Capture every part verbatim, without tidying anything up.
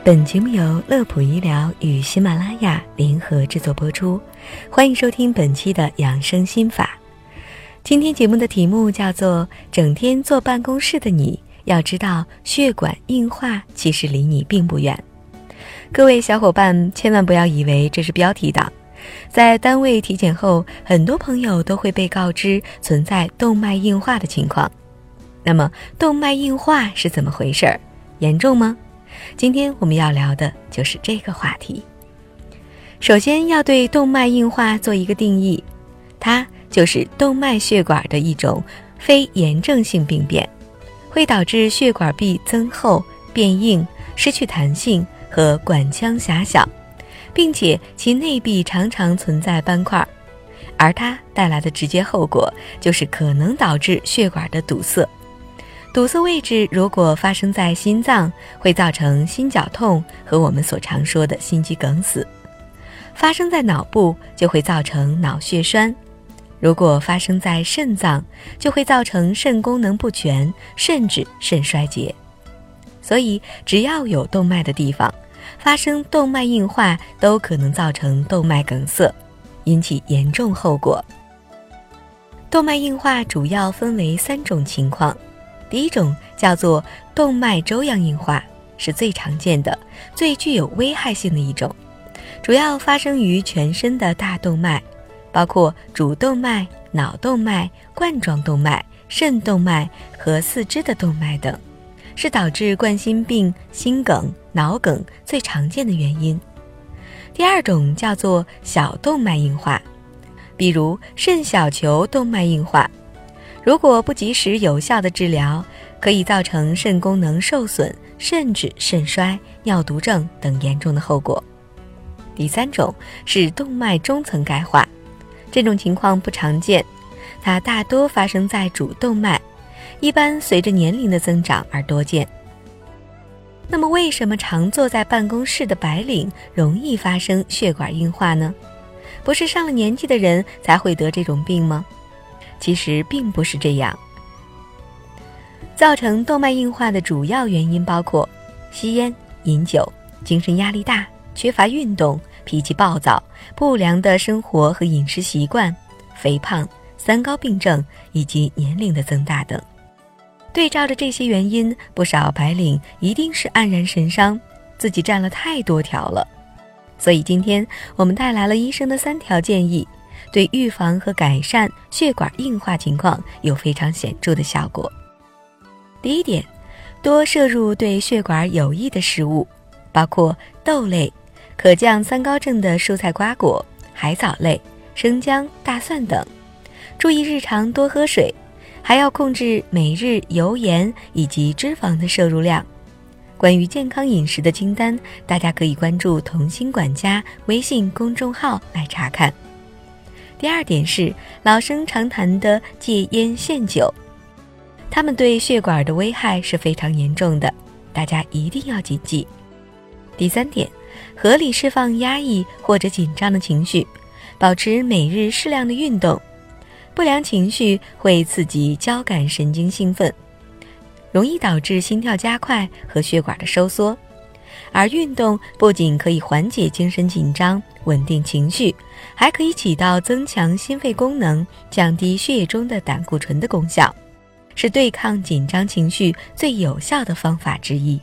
本节目由乐普医疗与喜马拉雅联合制作播出，欢迎收听本期的养生心法。今天节目的题目叫做整天坐办公室的你，要知道血管硬化其实离你并不远。各位小伙伴千万不要以为这是标题党，在单位体检后，很多朋友都会被告知存在动脉硬化的情况。那么动脉硬化是怎么回事？严重吗？今天我们要聊的就是这个话题。首先要对动脉硬化做一个定义，它就是动脉血管的一种非炎症性病变，会导致血管壁增厚、变硬、失去弹性和管腔狭小，并且其内壁常常存在斑块，而它带来的直接后果就是可能导致血管的堵塞。堵塞位置如果发生在心脏，会造成心绞痛和我们所常说的心肌梗死；发生在脑部就会造成脑血栓；如果发生在肾脏，就会造成肾功能不全，甚至肾衰竭。所以只要有动脉的地方，发生动脉硬化都可能造成动脉梗塞，引起严重后果。动脉硬化主要分为三种情况，第一种叫做动脉粥样硬化，是最常见的、最具有危害性的一种，主要发生于全身的大动脉，包括主动脉、脑动脉、冠状动脉、肾动脉和四肢的动脉等，是导致冠心病、心梗、脑梗最常见的原因。第二种叫做小动脉硬化，比如肾小球动脉硬化，如果不及时有效的治疗，可以造成肾功能受损，甚至肾衰、尿毒症等严重的后果。第三种是动脉中层钙化，这种情况不常见，它大多发生在主动脉，一般随着年龄的增长而多见。那么为什么常坐在办公室的白领容易发生血管硬化呢？不是上了年纪的人才会得这种病吗？其实并不是这样。造成动脉硬化的主要原因包括吸烟、饮酒、精神压力大、缺乏运动、脾气暴躁、不良的生活和饮食习惯、肥胖、三高病症以及年龄的增大等。对照着这些原因，不少白领一定是黯然神伤，自己占了太多条了。所以今天我们带来了医生的三条建议，对预防和改善血管硬化情况有非常显著的效果。第一点，多摄入对血管有益的食物，包括豆类、可降三高症的蔬菜瓜果、海藻类、生姜、大蒜等。注意日常多喝水，还要控制每日油盐以及脂肪的摄入量。关于健康饮食的清单，大家可以关注同心管家微信公众号来查看。第二点是老生常谈的戒烟限酒，它们对血管的危害是非常严重的，大家一定要谨记。第三点，合理释放压抑或者紧张的情绪，保持每日适量的运动。不良情绪会刺激交感神经兴奋，容易导致心跳加快和血管的收缩。而运动不仅可以缓解精神紧张、稳定情绪，还可以起到增强心肺功能、降低血液中的胆固醇的功效，是对抗紧张情绪最有效的方法之一。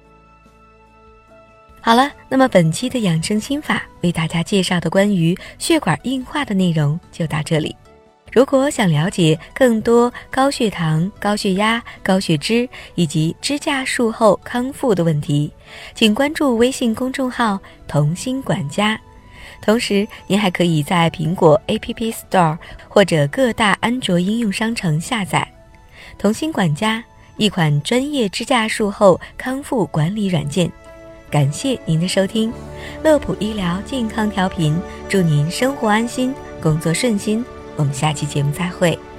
好了，那么本期的养生心法为大家介绍的关于血管硬化的内容就到这里。如果想了解更多高血糖、高血压、高血脂以及支架术后康复的问题，请关注微信公众号同心管家。同时您还可以在苹果 A P P Store 或者各大安卓应用商城下载同心管家，一款专业支架术后康复管理软件。感谢您的收听，乐普医疗健康调频，祝您生活安心，工作顺心，我们下期节目再会。